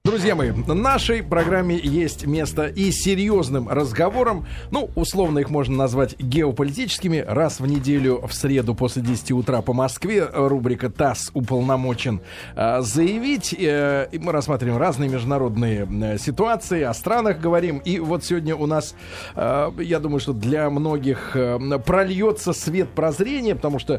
Друзья мои, в нашей программе есть место и серьезным разговорам, ну, условно их можно назвать геополитическими. Раз в неделю в среду после 10 утра по Москве рубрика «ТАСС уполномочен заявить». И мы рассматриваем разные международные ситуации, о странах говорим. И вот сегодня у нас, я думаю, что для многих прольется свет прозрения, потому что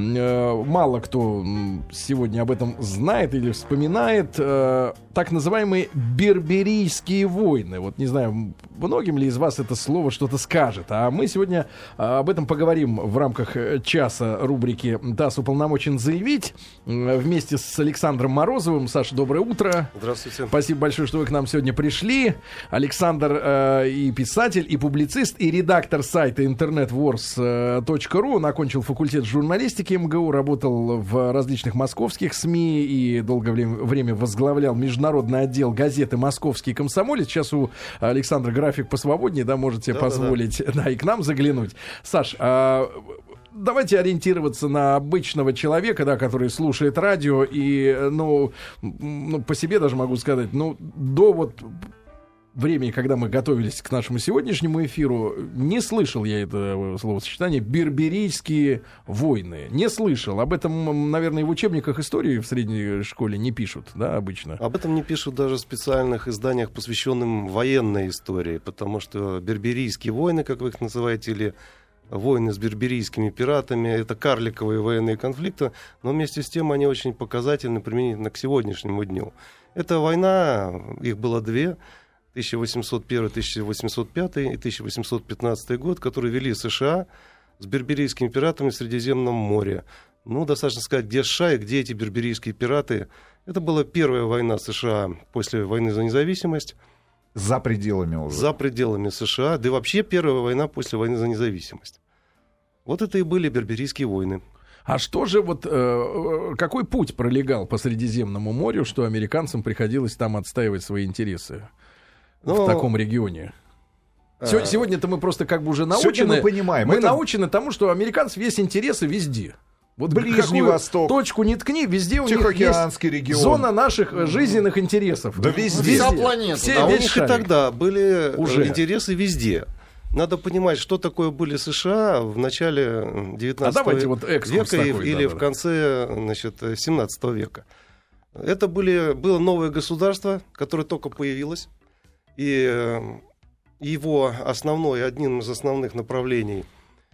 мало кто сегодня об этом знает или вспоминает. Так называемые берберийские войны. Вот не знаю, многим ли из вас это слово что-то скажет. А мы сегодня об этом поговорим в рамках часа рубрики «ТАСС уполномочен заявить» вместе с Александром Морозовым. Саша, доброе утро. Здравствуйте. Спасибо большое, что вы к нам сегодня пришли. Александр и писатель, и публицист, и редактор сайта internetwars.ru. Он окончил факультет журналистики МГУ, работал в различных московских СМИ и долгое время возглавлял международный отдел газеты «Московский комсомолец». Сейчас у Александра график посвободнее, да, можете позволить и к нам заглянуть. Саш, давайте ориентироваться на обычного человека, да, который слушает радио, и, ну, по себе даже могу сказать, до вот времени, когда мы готовились к нашему сегодняшнему эфиру, не слышал я это словосочетание «берберийские войны». Не слышал. Об этом, наверное, в учебниках истории в средней школе не пишут, да, обычно. Об этом не пишут даже в специальных изданиях, посвященных военной истории, потому что берберийские войны, как вы их называете, или войны с берберийскими пиратами, это карликовые военные конфликты, но вместе с тем они очень показательны применительно к сегодняшнему дню. Эта война, их было две, 1801, 1805 и 1815 год, которые вели США с берберийскими пиратами в Средиземном море. Ну, достаточно сказать, где США и где эти берберийские пираты. Это была первая война США после войны за независимость. За пределами уже. За пределами США, да и вообще первая война после войны за независимость. Вот это и были берберийские войны. А что же вот, какой путь пролегал по Средиземному морю, что американцам приходилось там отстаивать свои интересы? В таком регионе. Сегодня-то мы просто как бы уже научены. Мы научены тому, что американцев есть интересы везде. Вот Ближний Восток. Точку не ткни, везде у них есть регион. Зона наших жизненных интересов. Да везде. Вся планета. У них и тогда были интересы везде. Надо понимать, что такое были США в начале 19 века или в конце, 17 века. Это было новое государство, которое только появилось. И его одним из основных направлений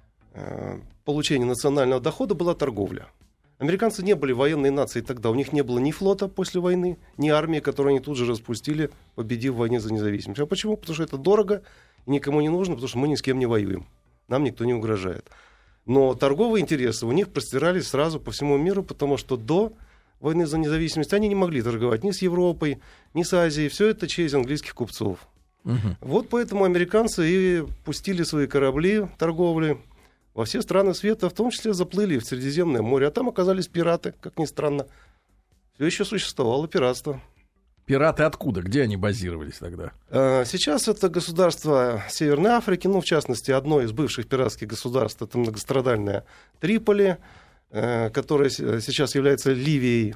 получения национального дохода была торговля. Американцы не были военной нацией тогда. У них не было ни флота после войны, ни армии, которую они тут же распустили, победив в войне за независимость. А почему? Потому что это дорого и никому не нужно, потому что мы ни с кем не воюем. Нам никто не угрожает. Но торговые интересы у них простирались сразу по всему миру, потому что до войны за независимость они не могли торговать ни с Европой, ни с Азией. Все это через английских купцов. Вот поэтому американцы и пустили свои корабли торговли во все страны света, в том числе заплыли в Средиземное море. А там оказались пираты, как ни странно. Все еще существовало пиратство. Пираты откуда? Где они базировались тогда? Сейчас это государство Северной Африки, в частности, одно из бывших пиратских государств, это многострадальное Триполи, которое сейчас является Ливией.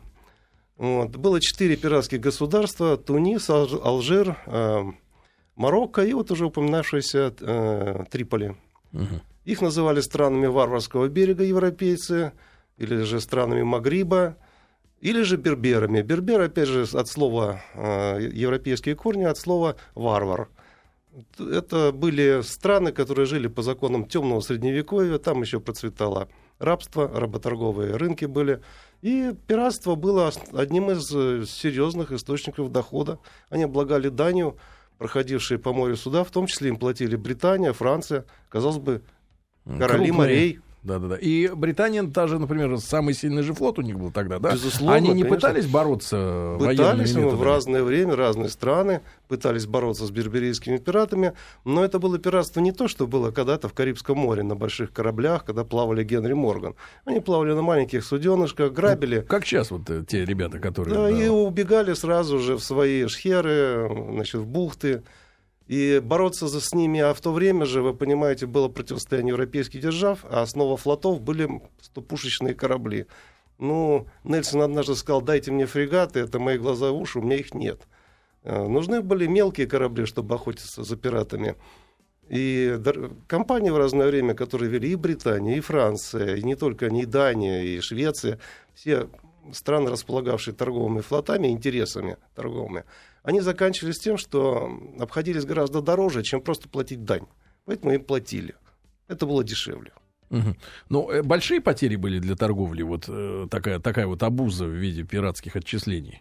Было 4 пиратских государства: Тунис, Алжир, Марокко и вот уже упоминавшееся Триполи. Их называли странами варварского берега европейцы, или же странами Магриба, или же берберами. Бербер, опять же, от слова европейские корни, от слова варвар. Это были страны, которые жили по законам темного средневековья, там еще процветало рабство, работорговые рынки были. И пиратство было одним из серьезных источников дохода. Они облагали данью, проходившие по морю суда, в том числе им платили Британия, Франция, казалось бы, короли морей. Да-да-да. И Британия, даже, например, самый сильный же флот у них был тогда, да? Безусловно, они не конечно. Пытались бороться военными методами? В разное время время разные страны пытались бороться с берберийскими пиратами, но это было пиратство не то, что было когда-то в Карибском море на больших кораблях, когда плавали Генри Морган. Они плавали на маленьких суденышках, грабили. Как сейчас вот те ребята, которые... Да, и убегали сразу же в свои шхеры, в бухты. И бороться с ними, а в то время же, вы понимаете, было противостояние европейских держав, а основа флотов были 100-пушечные корабли. Нельсон однажды сказал: дайте мне фрегаты, это мои глаза и уши, у меня их нет. Нужны были мелкие корабли, чтобы охотиться за пиратами. И компании в разное время, которые вели и Британия, и Франция, и не только они, и Дания, и Швеция, все страны, располагавшие торговыми флотами, интересами торговыми, они заканчивались тем, что обходились гораздо дороже, чем просто платить дань. Поэтому им платили. Это было дешевле. Угу. Ну, большие потери были для торговли, вот такая вот обуза в виде пиратских отчислений?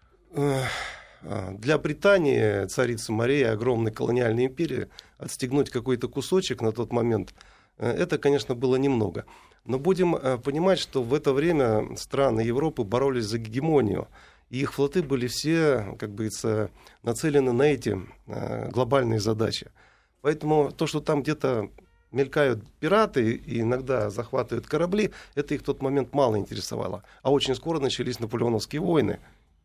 Для Британии, царицы морей, огромной колониальной империи, отстегнуть какой-то кусочек на тот момент, это, конечно, было немного. Но будем понимать, что в это время страны Европы боролись за гегемонию, и их флоты были все, как говорится, нацелены на эти глобальные задачи. Поэтому то, что там где-то мелькают пираты и иногда захватывают корабли, это их в тот момент мало интересовало. А очень скоро начались наполеоновские войны.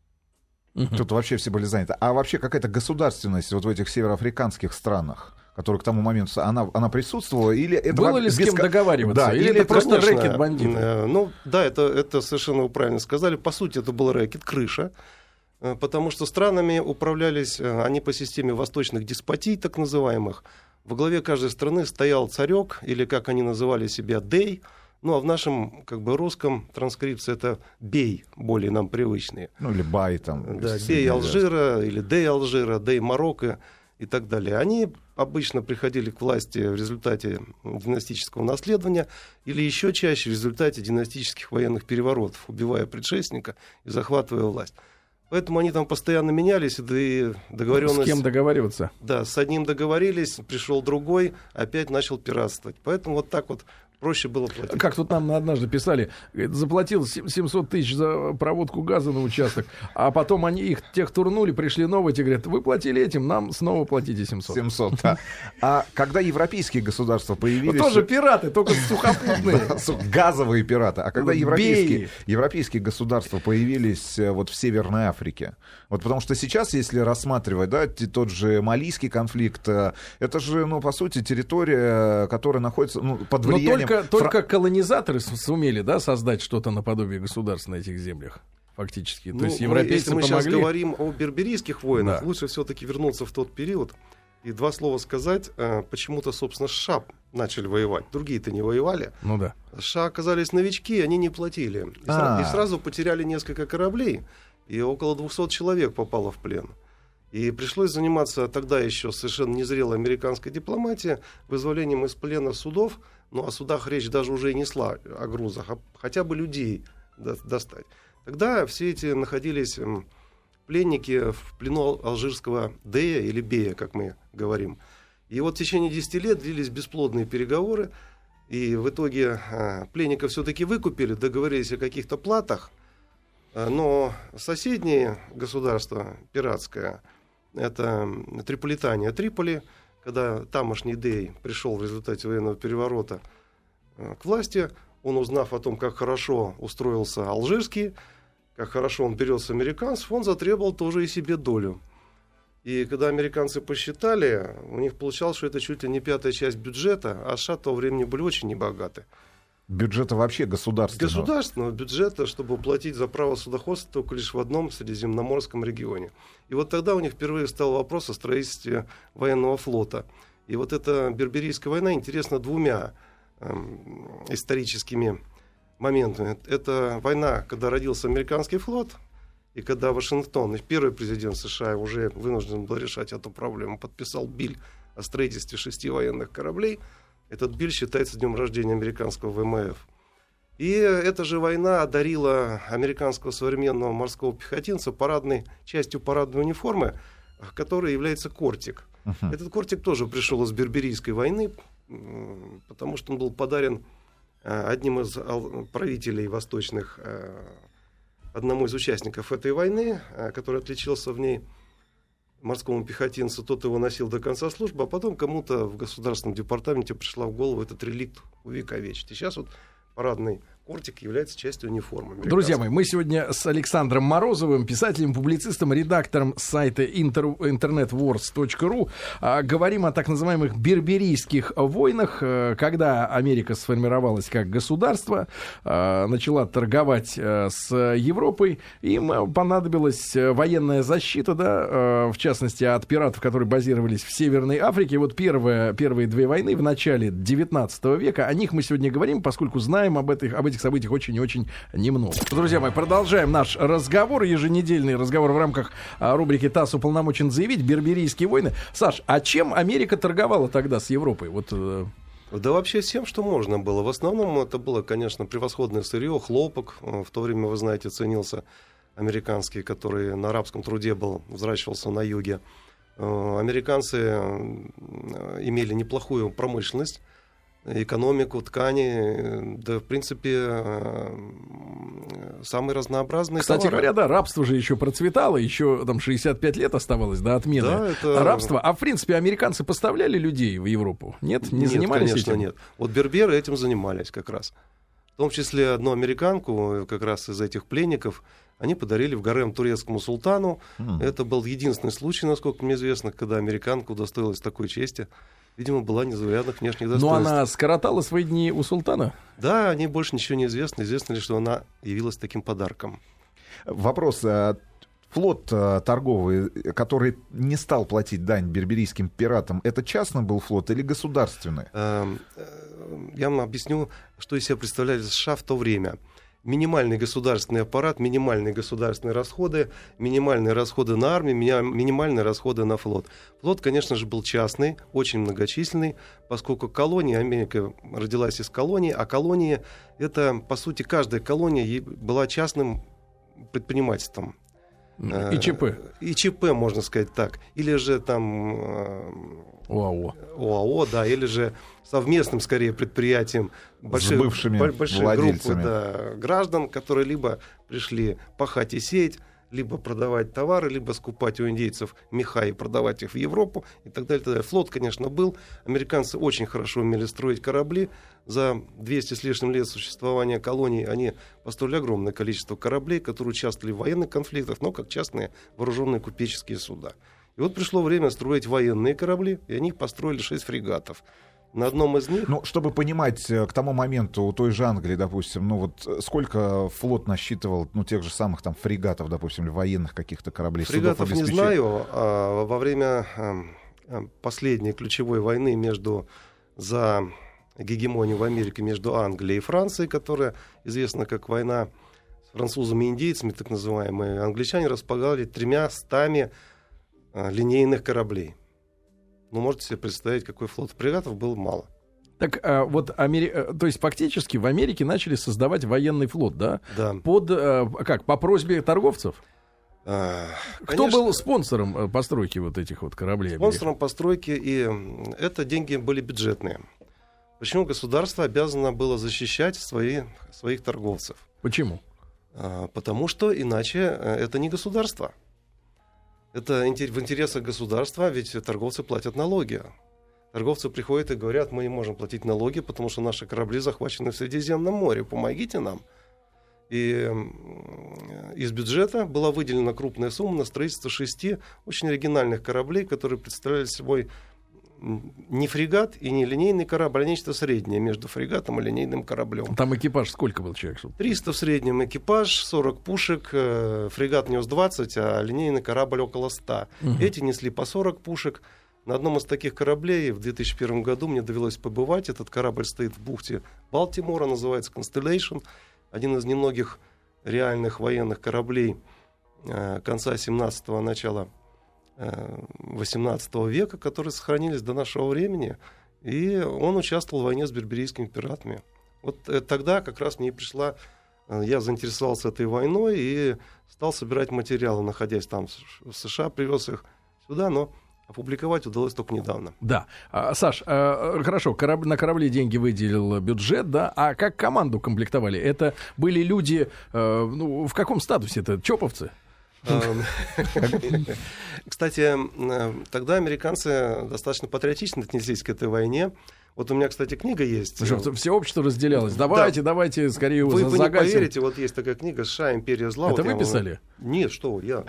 Тут вообще все были заняты. А вообще какая-то государственность вот в этих североафриканских странах, которая к тому моменту, она присутствовала? Или это было ли с кем договариваться? Да, или это просто рэкет бандитов? Ну да, это совершенно вы правильно сказали. По сути, это был рэкет, крыша. Потому что странами управлялись они по системе восточных деспотий, так называемых. Во главе каждой страны стоял царек, или как они называли себя, дей. Ну, а в нашем, как бы, русском транскрипции это бей, более нам привычные. Ну, или бай там. Да, бей Алжира, или дей Алжира, дей Марокко и так далее. Они обычно приходили к власти в результате династического наследования или еще чаще в результате династических военных переворотов, убивая предшественника и захватывая власть. Поэтому они там постоянно менялись, да и договоренность... С кем договариваться? Да, с одним договорились, пришел другой, опять начал пиратствовать. Поэтому вот так вот проще было платить. Как тут нам однажды писали, заплатил 700 тысяч за проводку газа на участок, а потом они тех турнули, пришли новые, те говорят, вы платили этим, нам снова платите 700. 700, да. А когда европейские государства появились... Тоже пираты, только сухопутные. Газовые пираты. А когда европейские государства появились вот в Северной Африке? Вот потому что сейчас, если рассматривать, да, тот же малийский конфликт, это же, ну, по сути, территория, которая находится под влиянием... Только колонизаторы сумели, да, создать что-то наподобие государства на этих землях, фактически. То есть европейцы помогли. Если мы сейчас говорим о берберийских войнах, да, лучше все-таки вернуться в тот период и два слова сказать, почему-то, собственно, США начали воевать. Другие-то не воевали. Ну да. США оказались новички, они не платили. И сразу потеряли несколько кораблей, и около 200 человек попало в плен. И пришлось заниматься тогда еще совершенно незрелой американской дипломатией, вызволением из плена судов. Ну, о судах речь даже уже и не шла, о грузах, а хотя бы людей достать. Тогда все эти находились пленники в плену алжирского дея или бея, как мы говорим. И вот в течение 10 лет длились бесплодные переговоры, и в итоге пленников все-таки выкупили, договорились о каких-то платах, но соседние государства пиратское, это Триполитания, Триполи, когда тамошний Дей пришел в результате военного переворота к власти, он, узнав о том, как хорошо устроился алжирский, как хорошо он берет с американцев, он затребовал тоже и себе долю. И когда американцы посчитали, у них получалось, что это чуть ли не 1/5 часть бюджета, а США в то время были очень небогаты. Бюджета вообще государственного? Государственного бюджета, чтобы платить за право судоходства только лишь в одном средиземноморском регионе. И вот тогда у них впервые стал вопрос о строительстве военного флота. И вот эта Берберийская война интересна двумя историческими моментами. Это война, когда родился американский флот, и когда Вашингтон, первый президент США, уже вынужден был решать эту проблему, подписал биль о строительстве 6 военных кораблей. Этот биль считается днем рождения американского ВМФ. И эта же война одарила американского современного морского пехотинца частью парадной униформы, которой является кортик. Этот кортик тоже пришел из Берберийской войны, потому что он был подарен одним из правителей восточных, одному из участников этой войны, который отличился в ней, морскому пехотинцу. Тот его носил до конца службы, а потом кому-то в государственном департаменте пришла в голову этот реликт увековечить. И сейчас вот парадный кортик является частью униформы. Друзья мои, мы сегодня с Александром Морозовым, писателем, публицистом, редактором сайта internetwars.ru говорим о так называемых берберийских войнах, когда Америка сформировалась как государство, начала торговать с Европой, им понадобилась военная защита, да, в частности от пиратов, которые базировались в Северной Африке. Вот первые две войны в начале 19 века, о них мы сегодня говорим, поскольку знаем об этих событиях очень и очень немного. Друзья мои, продолжаем наш разговор, еженедельный разговор в рамках рубрики «ТАСС уполномочен заявить», берберийские войны. Саш, а чем Америка торговала тогда с Европой? Да вообще всем, что можно было. В основном это было, конечно, превосходное сырье, хлопок. В то время, вы знаете, ценился американский, который на арабском труде был, взращивался на юге. Американцы имели неплохую промышленность, экономику, ткани, да, в принципе, самые разнообразные Кстати товары. говоря, да, рабство же еще процветало, еще там 65 лет оставалось до отмены рабства. А в принципе, американцы поставляли людей в Европу? Нет? Не занимались конечно, этим? Нет. Вот берберы этим занимались как раз. В том числе одну американку, как раз из этих пленников, они подарили в гарем турецкому султану. Это был единственный случай, насколько мне известно, когда американка удостоилась такой чести. Видимо, была незаурядных внешних достоинств. Но она скоротала свои дни у султана? Да, о ней больше ничего не известно. Известно лишь, что она явилась таким подарком. Вопрос. Флот торговый, который не стал платить дань берберийским пиратам, это частный был флот или государственный? Я вам объясню, что из себя представляли США в то время. Минимальный государственный аппарат, минимальные государственные расходы, минимальные расходы на армию, минимальные расходы на флот. Флот, конечно же, был частный, очень многочисленный, поскольку колония, Америка родилась из колонии, а колонии, это, по сути, каждая колония была частным предпринимательством. ИЧП. ИЧП, можно сказать так. Или же там... ОАО, да, или же совместным, скорее, предприятием больших групп граждан, которые либо пришли пахать и сеять, либо продавать товары, либо скупать у индейцев меха и продавать их в Европу и так далее, так далее. Флот, конечно, был. Американцы очень хорошо умели строить корабли. За 200 с лишним лет существования колоний они построили огромное количество кораблей, которые участвовали в военных конфликтах, но как частные вооруженные купеческие суда. И вот пришло время строить военные корабли, и они построили 6 фрегатов. На одном из них... Ну, чтобы понимать, к тому моменту у той же Англии, допустим, ну вот сколько флот насчитывал, ну, тех же самых там фрегатов, допустим, или военных каких-то кораблей? Фрегатов не знаю. Во время последней ключевой войны за гегемонию в Америке между Англией и Францией, которая известна как война с французами и индейцами, так называемые, англичане располагали 300 линейных кораблей. Ну, можете себе представить, какой флот. Фрегатов было мало. Так то есть фактически в Америке начали создавать военный флот, да? Да. По просьбе торговцев? Конечно, кто был спонсором постройки вот этих вот кораблей? Спонсором постройки, и это деньги были бюджетные. Почему государство обязано было защищать своих торговцев? Почему? Потому что иначе это не государство. Это в интересах государства, ведь торговцы платят налоги. Торговцы приходят и говорят: мы не можем платить налоги, потому что наши корабли захвачены в Средиземном море, помогите нам. И из бюджета была выделена крупная сумма на строительство 6 очень оригинальных кораблей, которые представляли собой не фрегат и не линейный корабль, а нечто среднее между фрегатом и линейным кораблем. Там экипаж сколько был человек? 300 в среднем экипаж, 40 пушек, фрегат нес 20, а линейный корабль около 100. Эти несли по 40 пушек. На одном из таких кораблей в 2001 году мне довелось побывать. Этот корабль стоит в бухте Балтимора, называется Constellation. Один из немногих реальных военных кораблей конца 17-го, начала 18 века, которые сохранились до нашего времени. И он участвовал в войне с берберийскими пиратами. Вот тогда как раз я заинтересовался этой войной и стал собирать материалы, находясь там в США, привез их сюда, но опубликовать удалось только недавно. Да. Саш, хорошо, на корабле деньги выделил бюджет, да, а как команду комплектовали? Это были люди, в каком статусе это? Чоповцы? Кстати, тогда американцы достаточно патриотично отнеслись к этой войне. Вот у меня, кстати, книга есть. Все общество разделялось. Давайте скорее вы не поверите, вот есть такая книга «США. Империя зла». Это вы писали? Нет, что я.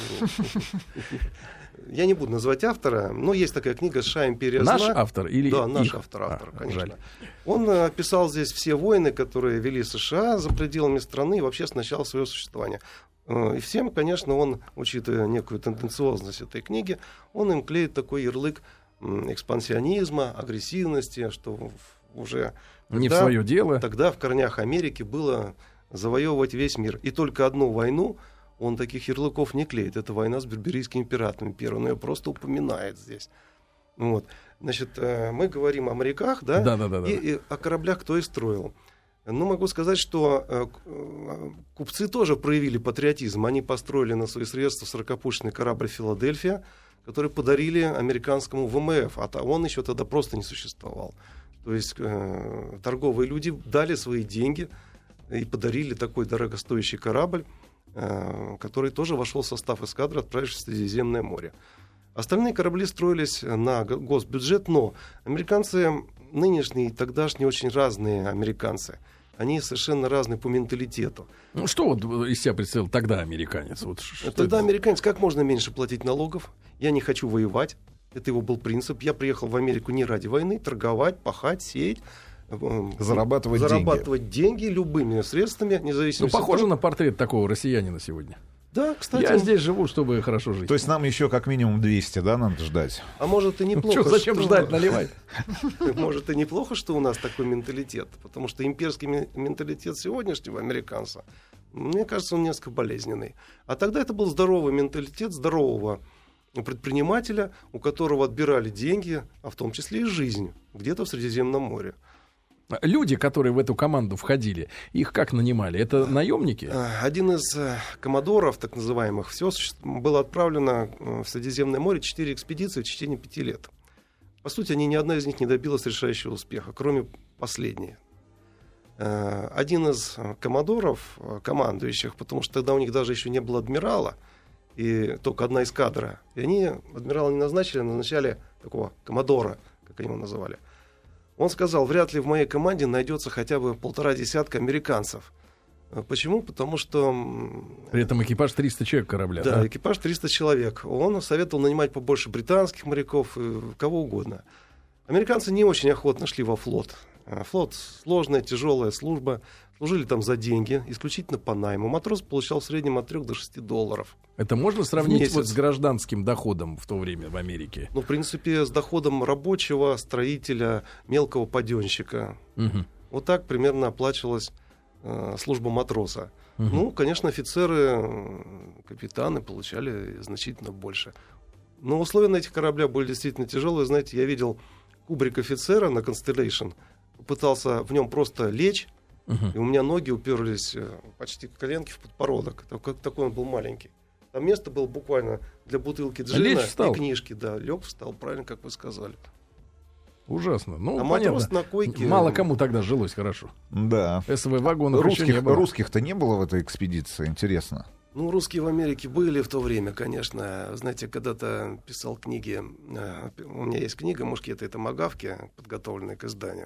Я не буду называть автора, но есть такая книга «США. Империя зла». Наш автор или Да, наш автор, конечно. Жаль. Он описал здесь все войны, которые вели США за пределами страны и вообще с начала своего существования. И всем, конечно, он, учитывая некую тенденциозность этой книги, он им клеит такой ярлык экспансионизма, агрессивности, что уже не в свое дело. Тогда в корнях Америки было завоевывать весь мир. И только одну войну он таких ярлыков не клеит. Это война с берберийскими пиратами первая, но ее просто упоминает здесь. Вот. Значит, мы говорим о моряках, да? И о кораблях, кто их строил. Ну, могу сказать, что купцы тоже проявили патриотизм. Они построили на свои средства 40-пушечный корабль «Филадельфия», который подарили американскому ВМФ, а он еще тогда просто не существовал. То есть торговые люди дали свои деньги и подарили такой дорогостоящий корабль, который тоже вошел в состав эскадры, отправившись в Средиземное море. Остальные корабли строились на госбюджет, но американцы нынешние и тогдашние очень разные американцы. Они совершенно разные по менталитету. Ну, что вот из себя представил тогда американец? Тогда американец, как можно меньше платить налогов? Я не хочу воевать. Это его был принцип. Я приехал в Америку не ради войны, торговать, пахать, сеять. Зарабатывать деньги любыми средствами, независимо от того. Похоже на портрет такого россиянина сегодня. Да, кстати. Я здесь живу, чтобы хорошо жить. То есть нам еще как минимум 200, да, надо ждать? А может и неплохо. Зачем ждать, наливать? Может и неплохо, что у нас такой менталитет. Потому что имперский менталитет сегодняшнего американца, мне кажется, он несколько болезненный. А тогда это был здоровый менталитет здорового предпринимателя, у которого отбирали деньги, а в том числе и жизнь, где-то в Средиземном море. Люди, которые в эту команду входили, их как нанимали? Это наемники? Один из коммодоров, так называемых, было отправлено в Средиземное море 4 экспедиции в течение 5 лет. По сути, ни одна из них не добилась решающего успеха, кроме последней. Один из коммодоров, командующих, потому что тогда у них даже еще не было адмирала, и только одна эскадра, и они адмирала не назначили, назначали такого коммодора, как они его называли. Он сказал, вряд ли в моей команде найдется хотя бы 1,5 десятка американцев. Почему? Потому что... При этом экипаж 300 человек корабля. Да, экипаж 300 человек. Он советовал нанимать побольше британских моряков, кого угодно. Американцы не очень охотно шли во флот. Флот — сложная, тяжелая служба. Служили там за деньги, исключительно по найму. Матрос получал в среднем от $3 до $6. Это можно сравнить вот с гражданским доходом в то время в Америке? Ну, в принципе, с доходом рабочего, строителя, мелкого паденщика. Угу. Вот так примерно оплачивалась служба матроса. Угу. Ну, конечно, офицеры, капитаны получали значительно больше. Но условия на этих кораблях были действительно тяжелые. Знаете, я видел кубрик офицера на Constellation, пытался в нем просто лечь, и у меня ноги уперлись почти к коленке в подбородок. Такой он был маленький. Там место было буквально для бутылки джина и книжки. Да, лег, встал, правильно, как вы сказали. Ужасно. Ну, а матрос на койке... Мало кому тогда жилось хорошо. Да. СВ-вагонов русских-то не было в этой экспедиции, интересно. Ну, русские в Америке были в то время, конечно. Знаете, когда-то писал книги. У меня есть книга «Мушкеты и томагавки», подготовленная к изданию.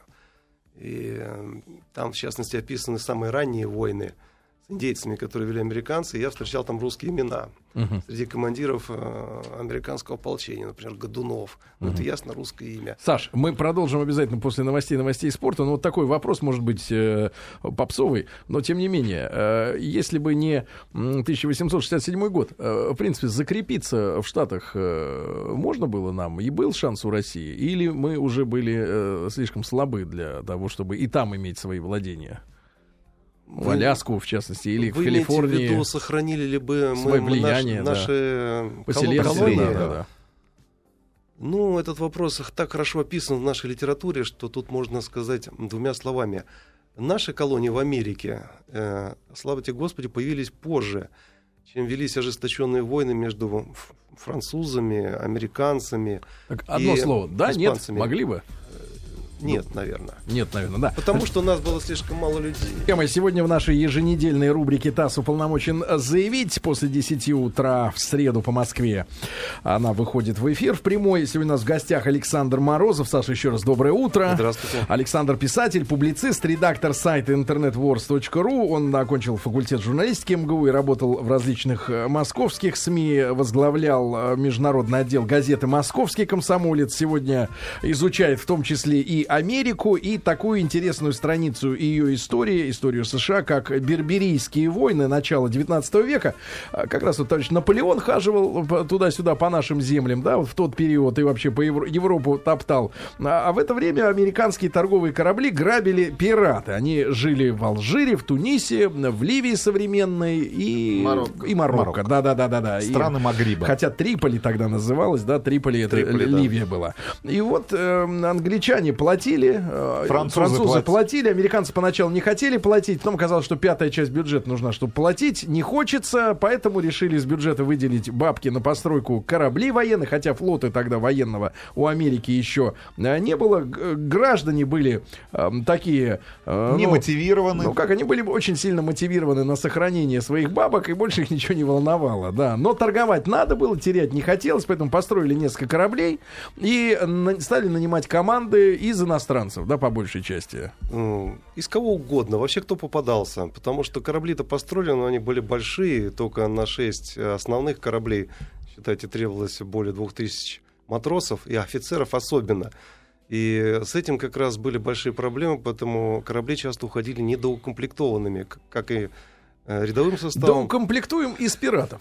И там, в частности, описаны самые ранние войны с индейцами, которые вели американцы. И я встречал там русские имена. Среди командиров американского ополчения, например, Годунов. Это ясно русское имя. Саш, мы продолжим обязательно после новостей спорта. Но вот такой вопрос, может быть, попсовый. Но, тем не менее, если бы не 1867 год, в принципе, закрепиться в Штатах можно было нам? И был шанс у России? Или мы уже были слишком слабы для того, чтобы и там иметь свои владения? В Аляску, в частности, или в Калифорнии. Вы имеете в виду, сохранили ли бы мы влияние, наши колонии? Да. Ну, этот вопрос так хорошо описан в нашей литературе, что тут можно сказать 2 словами. Наши колонии в Америке, слава тебе Господи, появились позже, чем велись ожесточенные войны между французами, американцами. Так, одно слово. Да, испанцами. Нет, могли бы. Нет, наверное. Нет, наверное, да. Потому что у нас было слишком мало людей. Сегодня в нашей еженедельной рубрике ТАСС уполномочен заявить после 10 утра в среду по Москве. Она выходит в эфир в прямой. Сегодня у нас в гостях Александр Морозов. Саша, еще раз доброе утро. Здравствуйте. Александр писатель, публицист, редактор сайта internetwars.ru. Он окончил факультет журналистики МГУ и работал в различных московских СМИ. Возглавлял международный отдел газеты «Московский комсомолец». Сегодня изучает в том числе и Америку, и такую интересную страницу ее истории, историю США, как Берберийские войны начала 19 века. Как раз вот товарищ Наполеон хаживал туда-сюда по нашим землям, да, вот в тот период, и вообще по Европу топтал. А в это время американские торговые корабли грабили пираты. Они жили в Алжире, в Тунисе, в Ливии современной и Марокко. Да. Страны Магриба. Хотя Триполи тогда называлась, да, Триполи это Ливия была. И вот англичане платили, французы платили, американцы поначалу не хотели платить, потом оказалось, что 5-я часть бюджета нужна, чтобы платить, не хочется, поэтому решили из бюджета выделить бабки на постройку кораблей военных, хотя флота тогда военного у Америки еще не было. Граждане были такие... немотивированы. Они были очень сильно мотивированы на сохранение своих бабок, и больше их ничего не волновало, да. Но торговать надо было, терять не хотелось, поэтому построили несколько кораблей и стали нанимать команды из иностранцев, да, по большей части. Из кого угодно, вообще кто попадался, потому что корабли-то построены, но они были большие, только на 6 основных кораблей, считайте, требовалось более 2000 матросов и офицеров особенно. И с этим как раз были большие проблемы, поэтому корабли часто уходили недоукомплектованными, как и рядовым составом. Доукомплектуем из пиратов.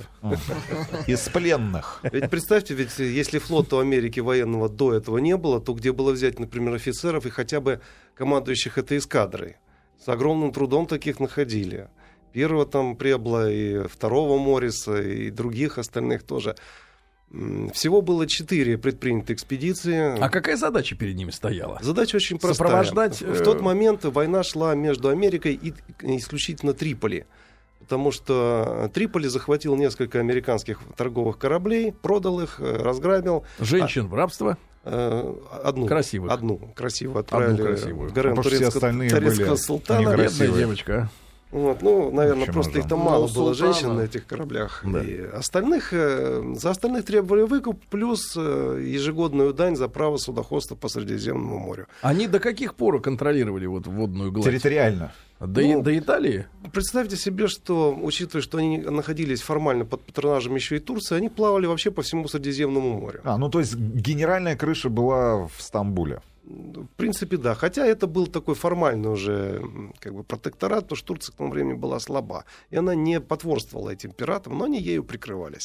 Из пленных. Ведь представьте, ведь если флота у Америки военного до этого не было, то где было взять, например, офицеров и хотя бы командующих этой эскадрой? С огромным трудом таких находили. Первого там Пребла и второго Морриса и других остальных тоже. Всего было 4 предприняты экспедиции. А какая задача перед ними стояла? Задача очень простая. Сопровождать... В тот момент война шла между Америкой и исключительно Триполи. Потому что Триполи захватил несколько американских торговых кораблей, продал их, разграбил. Женщин в рабство? Одну красивую отправили в гарем турецкого султана. Бедная девочка. Вот, наверное, просто их там мало было женщин на этих кораблях. Да. И за остальных требовали выкуп, плюс ежегодную дань за право судоходства по Средиземному морю. Они до каких пор контролировали водную гладь? Территориально. До Италии? Представьте себе, что, учитывая, что они находились формально под патронажем еще и Турции, они плавали вообще по всему Средиземному морю. То есть генеральная крыша была в Стамбуле? В принципе, да. Хотя это был такой формальный уже протекторат, потому что Турция к тому времени была слаба. И она не потворствовала этим пиратам, но они ею прикрывались.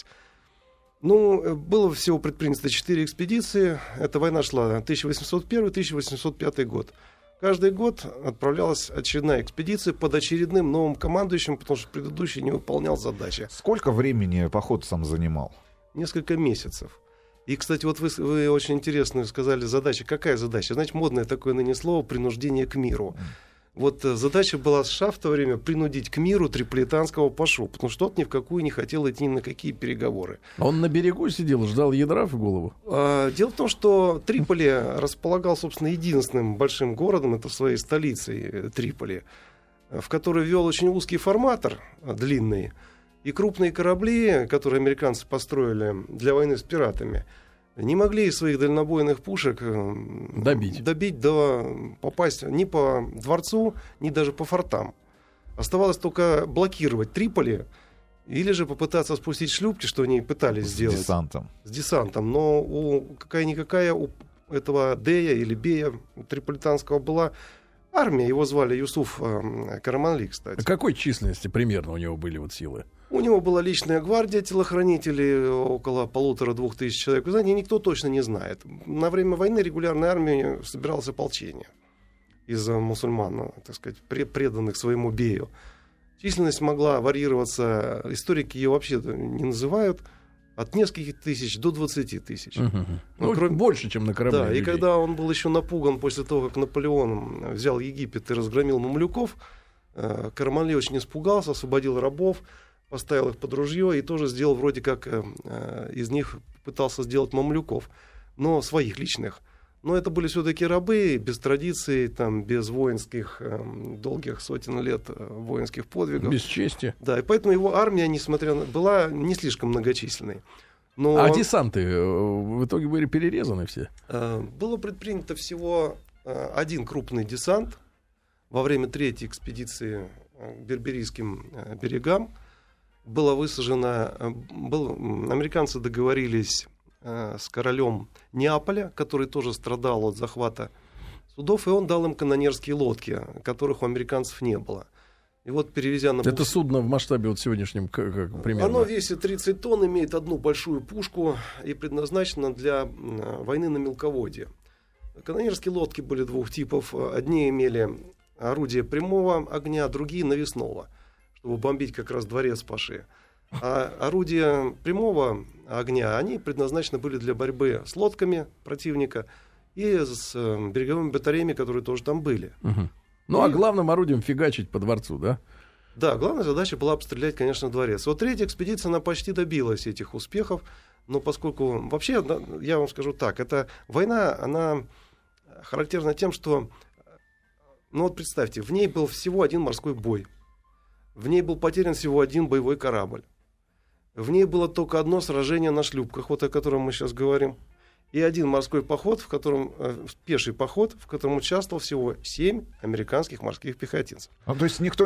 Было всего предпринято 4 экспедиции. Эта война шла 1801-1805 год. Каждый год отправлялась очередная экспедиция под очередным новым командующим, потому что предыдущий не выполнял задачи. Сколько времени поход сам занимал? Несколько месяцев. И, кстати, вот вы очень интересно сказали задача. Какая задача? Значит, модное такое ныне слово «принуждение к миру». Вот задача была США в то время принудить к миру триполитанского пашу, потому что тот ни в какую не хотел идти ни на какие переговоры. Он на берегу сидел, ждал ядра в голову? Дело в том, что Триполи располагал, собственно, единственным большим городом, это своей столицей Триполи, в который вел очень узкий фарватер, длинный, и крупные корабли, которые американцы построили для войны с пиратами, не могли из своих дальнобойных пушек добить попасть ни по дворцу, ни даже по фортам. Оставалось только блокировать Триполи или же попытаться спустить шлюпки, что они пытались сделать. С десантом. Но какая-никакая у этого Дея или Бея триполитанского была армия. Его звали Юсуф Караманли, кстати. Какой численности примерно у него были силы? У него была личная гвардия телохранителей, около 1500-2000 человек. Вы знаете, никто точно не знает. На время войны регулярной армии собиралось ополчение из мусульман, так сказать, преданных своему Бею. Численность могла варьироваться, историки ее вообще не называют, от нескольких тысяч до 20 тысяч. Больше, чем на корабле. Да, людей. И когда он был еще напуган после того, как Наполеон взял Египет и разгромил мамлюков, Караманли очень испугался, освободил рабов, поставил их под ружье и тоже сделал вроде как из них пытался сделать мамлюков, но своих личных. Но это были все-таки рабы, без традиций, там, без воинских, долгих сотен лет воинских подвигов. Без чести. Да, и поэтому его армия, несмотря на... была не слишком многочисленной. Но... А десанты в итоге были перерезаны все? Было предпринято всего один крупный десант во время третьей экспедиции к Берберийским берегам. Было высажено... Американцы договорились с королем Неаполя, который тоже страдал от захвата судов, и он дал им канонерские лодки, которых у американцев не было. И вот, перевезя на... Это судно в масштабе вот сегодняшнем как примерно? Оно весит 30 тонн, имеет одну большую пушку и предназначено для войны на мелководье. Канонерские лодки были двух типов. Одни имели орудие прямого огня, другие навесного, чтобы бомбить как раз дворец Паши. А орудия прямого огня, они предназначены были для борьбы с лодками противника и с береговыми батареями, которые тоже там были. Угу. Ну, а главным орудием фигачить по дворцу, да? Да, главная задача была обстрелять, конечно, дворец. Вот третья экспедиция, она почти добилась этих успехов, но поскольку... Вообще, я вам скажу так, эта война, она характерна тем, что... Ну вот представьте, в ней был всего один морской бой. В ней был потерян всего один боевой корабль. В ней было только одно сражение на шлюпках, вот о котором мы сейчас говорим. И один морской поход, пеший поход, в котором участвовал всего 7 американских морских пехотинцев. То есть никто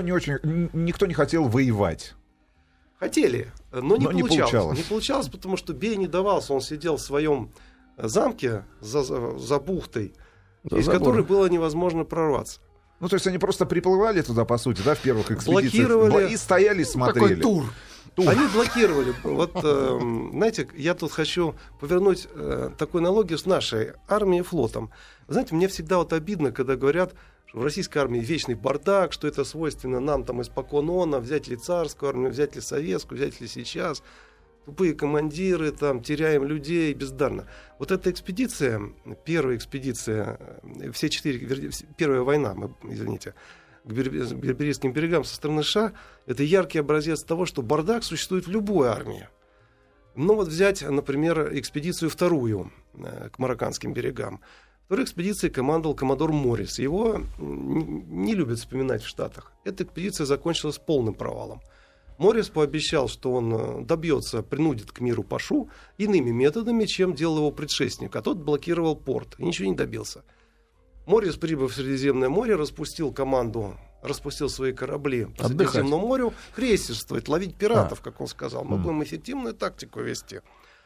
не хотел воевать. Хотели, но не получалось. Не получалось, потому что бей не давался. Он сидел в своем замке за бухтой, из которой было невозможно прорваться. Ну, то есть они просто приплывали туда, по сути, да, в первых экспедициях. Блокировали. И стояли, смотрели. Такой тур. Они блокировали. Вот, знаете, я тут хочу повернуть такую аналогию с нашей армией и флотом. Знаете, мне всегда вот обидно, когда говорят, что в российской армии вечный бардак, что это свойственно нам там испокон она, взять ли царскую армию, взять ли советскую, взять ли сейчас. Тупые командиры, там, теряем людей бездарно. Вот эта экспедиция, первая экспедиция, все 4, первая война, извините, к Берберийским берегам со стороны США, это яркий образец того, что бардак существует в любой армии. Ну вот взять, например, экспедицию вторую к Марокканским берегам. Второй экспедицией командовал коммодор Моррис. Его не любят вспоминать в Штатах. Эта экспедиция закончилась полным провалом. Моррис пообещал, что он добьется, принудит к миру Пашу иными методами, чем делал его предшественник, а тот блокировал порт и ничего не добился. Моррис, прибыв в Средиземное море, распустил команду, распустил свои корабли по Средиземному морю, крейсерствовать, ловить пиратов, как он сказал. Мы будем эффективную тактику вести.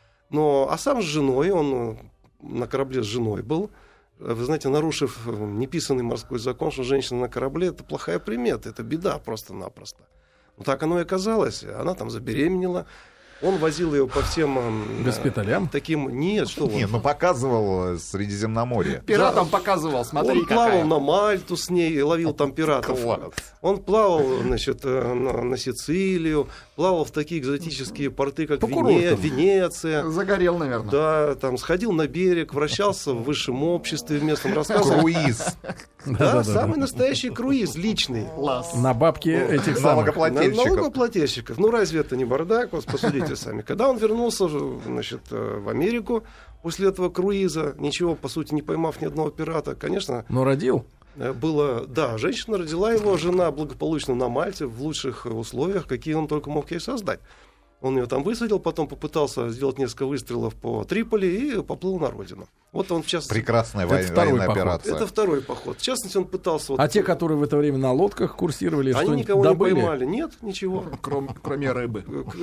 А сам с женой, он на корабле с женой был, вы знаете, нарушив неписанный морской закон, что женщина на корабле — это плохая примета, это беда просто-напросто. Так оно и оказалось. Она там забеременела. Он возил ее по всем... госпиталям? Таким... Нет, что он... показывал Средиземноморье. Пиратам показывал, смотри, он плавал на Мальту с ней, ловил там пиратов. Он плавал, значит, на Сицилию, плавал в такие экзотические порты, как Венеция. Загорел, наверное. Да, там сходил на берег, вращался в высшем обществе, в местном рассказе. Круиз. Да, самый настоящий круиз, личный. На бабки этих самых налогоплательщиков. Ну, разве это не бардак? Вот посудите сами. Когда он вернулся, значит, в Америку после этого круиза, ничего, по сути, не поймав ни одного пирата, конечно... Но родил? Было, да, женщина родила его, жена благополучно на Мальте, в лучших условиях, какие он только мог ей создать. Он ее там высадил, потом попытался сделать несколько выстрелов по Триполи и поплыл на родину. Вот он, в частности... Прекрасная военная операция. Это второй поход. В частности, он пытался... А те, которые в это время на лодках курсировали, они никого добыли? Не поймали. Нет, ничего. Кроме рыбы.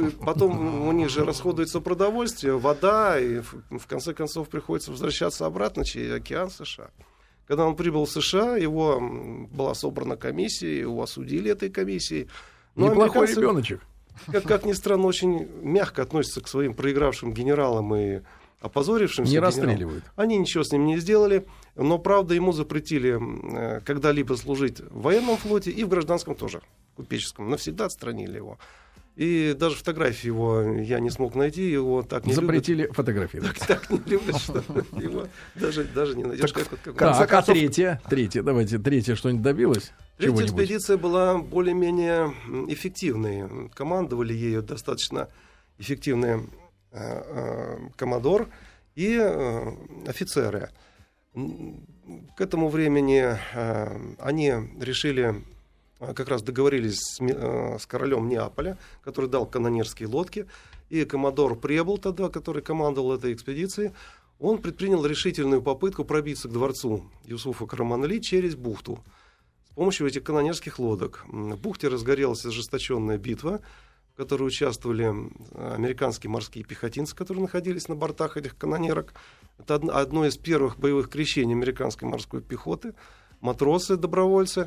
Потом у них же расходуется продовольствие, вода, и в конце концов приходится возвращаться обратно через океан США. Когда он прибыл в США, его была собрана комиссия, его осудили этой комиссией. Неплохой ребеночек. Как ни странно, очень мягко относятся к своим проигравшим генералам и опозорившимся. Не расстреливают. Они ничего с ним не сделали, но, правда, ему запретили когда-либо служить в военном флоте и в гражданском тоже, купеческом. Навсегда отстранили его. И даже фотографии его я не смог найти, его так не запретили любят. Фотографировать. Так не любят, что его даже не найдешь. А третья, давайте, третья что-нибудь добилась? Третья экспедиция была более-менее эффективной. Командовали ею достаточно эффективный коммодор и офицеры. К этому времени они решили, как раз договорились с королем Неаполя, который дал канонерские лодки, и коммодор Пребл тогда, который командовал этой экспедицией, он предпринял решительную попытку пробиться к дворцу Юсуфа Караман-Али через бухту с помощью этих канонерских лодок. В бухте разгорелась ожесточенная битва, в которой участвовали американские морские пехотинцы, которые находились на бортах этих канонерок. Это одно из первых боевых крещений американской морской пехоты. Матросы, добровольцы.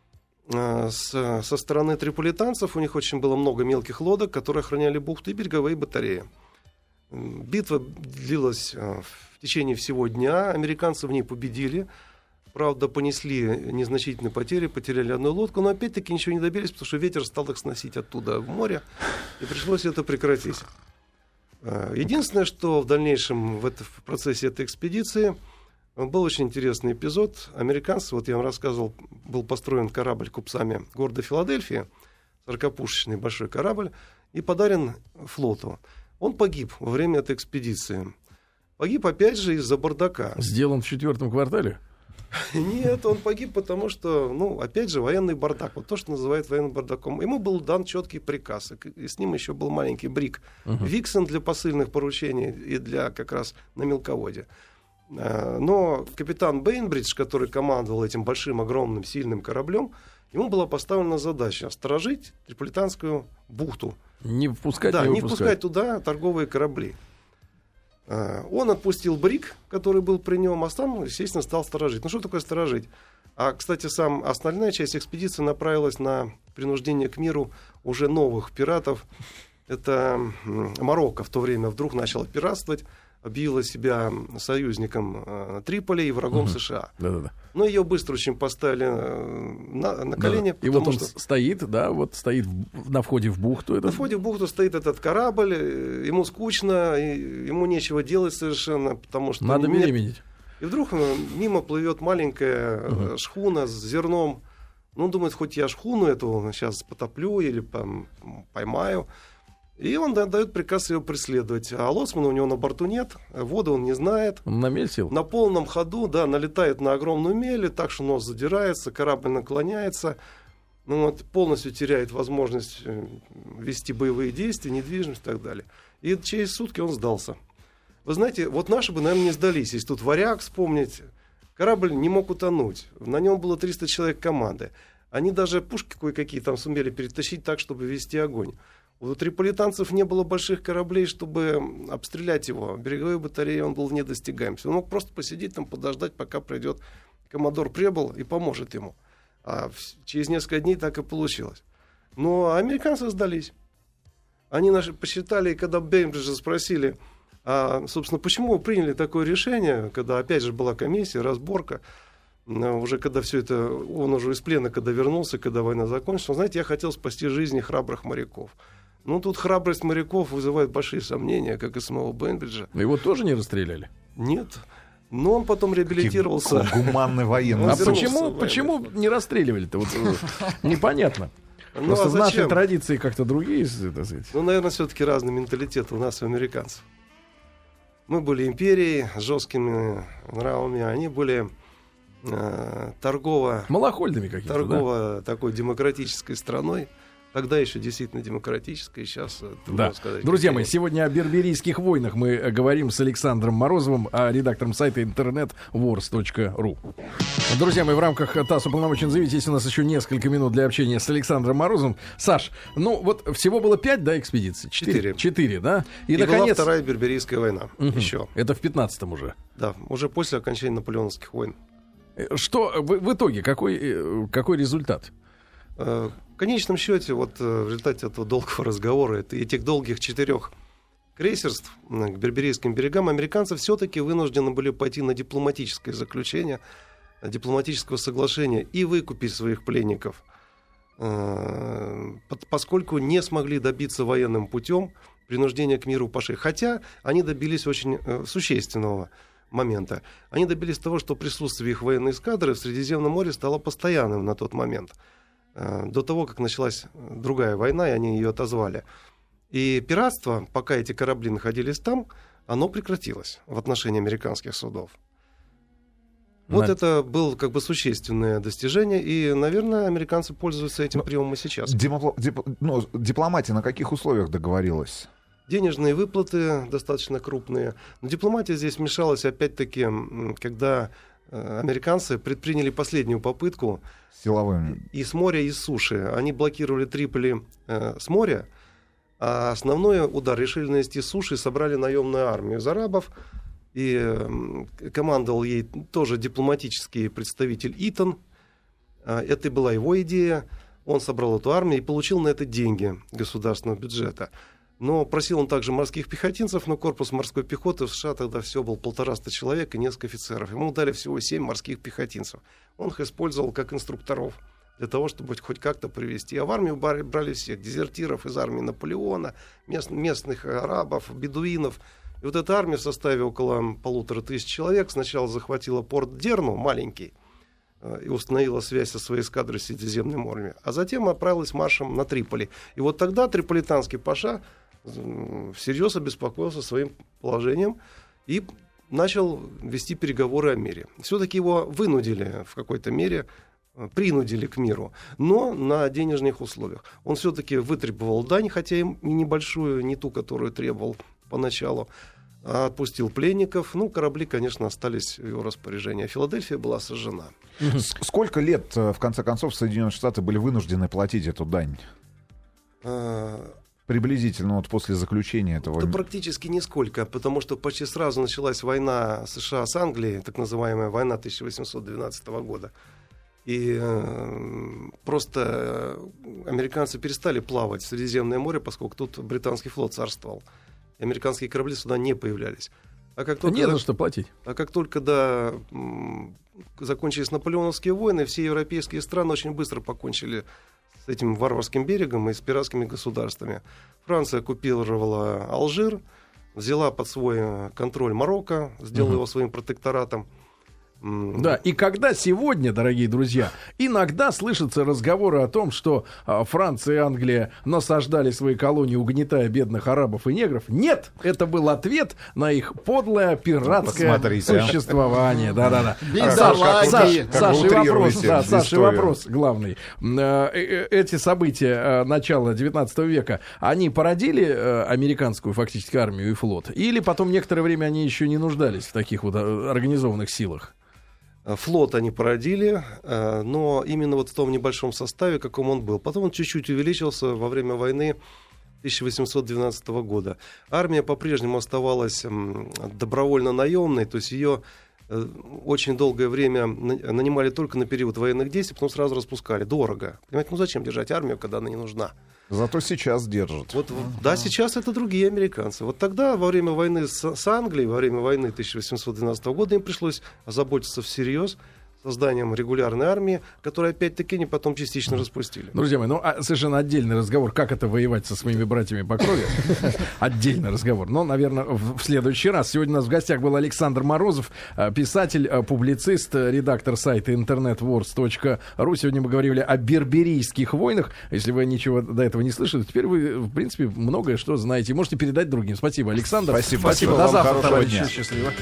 Со стороны триполитанцев у них очень было много мелких лодок, которые охраняли бухту, и береговые батареи. Битва длилась в течение всего дня. Американцы в ней победили. Правда, понесли незначительные потери, потеряли одну лодку, но опять-таки ничего не добились, потому что ветер стал их сносить оттуда в море, и пришлось это прекратить. Единственное, что в дальнейшем в процессе этой экспедиции был очень интересный эпизод. Американцы, вот я вам рассказывал, был построен корабль купцами города Филадельфия, 40-пушечный большой корабль, и подарен флоту. Он погиб во время этой экспедиции. Погиб, опять же, из-за бардака. Сделан в 4-м квартале? Нет, он погиб, потому что, опять же, военный бардак. Вот то, что называют военным бардаком. Ему был дан четкий приказ. И с ним еще был маленький брик. Виксон для посыльных поручений и для как раз на мелководье. Но капитан Бейнбридж, который командовал этим большим, огромным, сильным кораблем, ему была поставлена задача сторожить Триполитанскую бухту. Не впускать, не впускать туда торговые корабли. Он отпустил брик, который был при нем, а сам, естественно, стал сторожить. Что такое сторожить? Кстати, основная часть экспедиции направилась на принуждение к миру уже новых пиратов. Это Марокко в то время вдруг начало пиратствовать, объявила себя союзником Триполи и врагом США. Да-да-да. Но ее быстро очень поставили на колени. И вот он стоит на входе в бухту. На входе в бухту стоит этот корабль, ему скучно, ему нечего делать совершенно, потому что... Надо беременеть. И вдруг мимо плывет маленькая шхуна с зерном. Он думает, хоть я шхуну эту сейчас потоплю или поймаю. И он дает приказ ее преследовать. А лоцмана у него на борту нет, воды он не знает. Он на мель сел? На полном ходу, налетает на огромную мель, так что нос задирается, корабль наклоняется. Полностью теряет возможность вести боевые действия, недвижимость и так далее. И через сутки он сдался. Вы знаете, вот наши бы, наверное, не сдались. Если тут «Варяг» вспомнить, корабль не мог утонуть. На нем было 300 человек команды. Они даже пушки кое-какие там сумели перетащить так, чтобы вести огонь. У триполитанцев не было больших кораблей, чтобы обстрелять его. Береговой батареи он был недостигаемый. Он мог просто посидеть там, подождать, пока придет коммодор Пребл и поможет ему. А через несколько дней так и получилось. Но американцы сдались. Они посчитали, и когда Бейнбриджа спросили, собственно, почему вы приняли такое решение, когда опять же была комиссия, разборка, уже когда все это, он уже из плена, когда вернулся, когда война закончилась, он, знаете, я хотел спасти жизни храбрых моряков. Тут храбрость моряков вызывает большие сомнения, как и самого Бейнбриджа. Но его тоже не расстреляли? Нет. Но он потом реабилитировался. Гуманный военный. А почему не расстреливали-то? Непонятно. Просто в нашей традиции как-то другие, так сказать. Наверное, все-таки разный менталитет у нас и у американцев. Мы были империей с жесткими нравами, они были малохольными какими-то, такой демократической страной. Тогда еще действительно демократическая, сейчас... Да. Друзья мои, сегодня о берберийских войнах мы говорим с Александром Морозовым, редактором сайта internet.wars.ru. Друзья мои, в рамках ТАСС уполномочен заявить, есть у нас еще несколько минут для общения с Александром Морозовым. Саш, всего было 5, экспедиций? 4, да? И наконец... была Вторая берберийская война. Еще. Это в 15-м уже? Да, уже после окончания наполеоновских войн. Что в итоге, какой результат? В конечном счете, в результате этого долгого разговора, этих долгих 4 крейсерств к берберийским берегам, американцы все-таки вынуждены были пойти на дипломатическое заключение, дипломатического соглашения и выкупить своих пленников, поскольку не смогли добиться военным путем принуждения к миру паши. Хотя они добились очень существенного момента. Они добились того, что присутствие их военной эскадры в Средиземном море стало постоянным на тот момент. До того, как началась другая война, и они ее отозвали. И пиратство, пока эти корабли находились там, оно прекратилось в отношении американских судов. Вот это было как бы существенное достижение, и, наверное, американцы пользуются этим приемом и сейчас. Дипломатия на каких условиях договорилась? Денежные выплаты достаточно крупные. Но дипломатия здесь вмешалась, опять-таки, когда американцы предприняли последнюю попытку силовыми. И с моря, и с суши. Они блокировали Триполи с моря, а основной удар решили нанести с суши и собрали наемную армию из арабов. И командовал ей тоже дипломатический представитель Итон. Это была его идея. Он собрал эту армию и получил на это деньги государственного бюджета. Но просил он также морских пехотинцев, но корпус морской пехоты в США тогда всего был 150 человек и несколько офицеров. Ему дали всего 7 морских пехотинцев. Он их использовал как инструкторов для того, чтобы хоть как-то привести. А в армию брали всех дезертиров из армии Наполеона, местных арабов, бедуинов. И вот эта армия в составе около 1500 человек сначала захватила порт Дерну, маленький, и установила связь со своей эскадрой с Средиземным морем. А затем отправилась маршем на Триполи. И вот тогда триполитанский паша всерьез обеспокоился своим положением и начал вести переговоры о мире. Все-таки его вынудили в какой-то мере, принудили к миру, но на денежных условиях. Он все-таки вытребовал дань, хотя и небольшую, не ту, которую требовал поначалу, отпустил пленников. Корабли, конечно, остались в его распоряжении. Филадельфия была сожжена. Сколько лет, в конце концов, Соединенные Штаты были вынуждены платить эту дань? Приблизительно вот после заключения этого... Да практически нисколько, потому что почти сразу началась война США с Англией, так называемая война 1812 года. И просто американцы перестали плавать в Средиземное море, поскольку тут британский флот царствовал. И американские корабли сюда не появлялись. Не за что платить. А как только закончились наполеоновские войны, все европейские страны очень быстро покончили с этим варварским берегом и с пиратскими государствами. Франция оккупировала Алжир, взяла под свой контроль Марокко, сделала его своим протекторатом. Да, и когда сегодня, дорогие друзья, иногда слышатся разговоры о том, что Франция и Англия насаждали свои колонии, угнетая бедных арабов и негров, нет, это был ответ на их подлое пиратское существование. Да-да-да. Саша, вопрос главный. Эти события начала 19 века, они породили американскую фактически армию и флот? Или потом некоторое время они еще не нуждались в таких вот организованных силах? Флот они породили, но именно вот в том небольшом составе, каком он был. Потом он чуть-чуть увеличился во время войны 1812 года. Армия по-прежнему оставалась добровольно наемной, то есть ее очень долгое время нанимали только на период военных действий, потом сразу распускали. Дорого. Понимаете, зачем держать армию, когда она не нужна? Зато сейчас держат. Да, сейчас это другие американцы. Вот тогда, во время войны с Англией, во время войны 1812 года, им пришлось озаботиться всерьез созданием регулярной армии, которую, опять-таки, они потом частично распустили. Друзья мои, совершенно отдельный разговор, как это воевать со своими братьями по крови. Отдельный разговор. Но, наверное, в следующий раз. Сегодня у нас в гостях был Александр Морозов, писатель, публицист, редактор сайта internetwars.ru. Сегодня мы говорили о берберийских войнах. Если вы ничего до этого не слышали, теперь вы, в принципе, многое что знаете. Можете передать другим. Спасибо, Александр. Спасибо. До завтра, товарищи. Счастливо.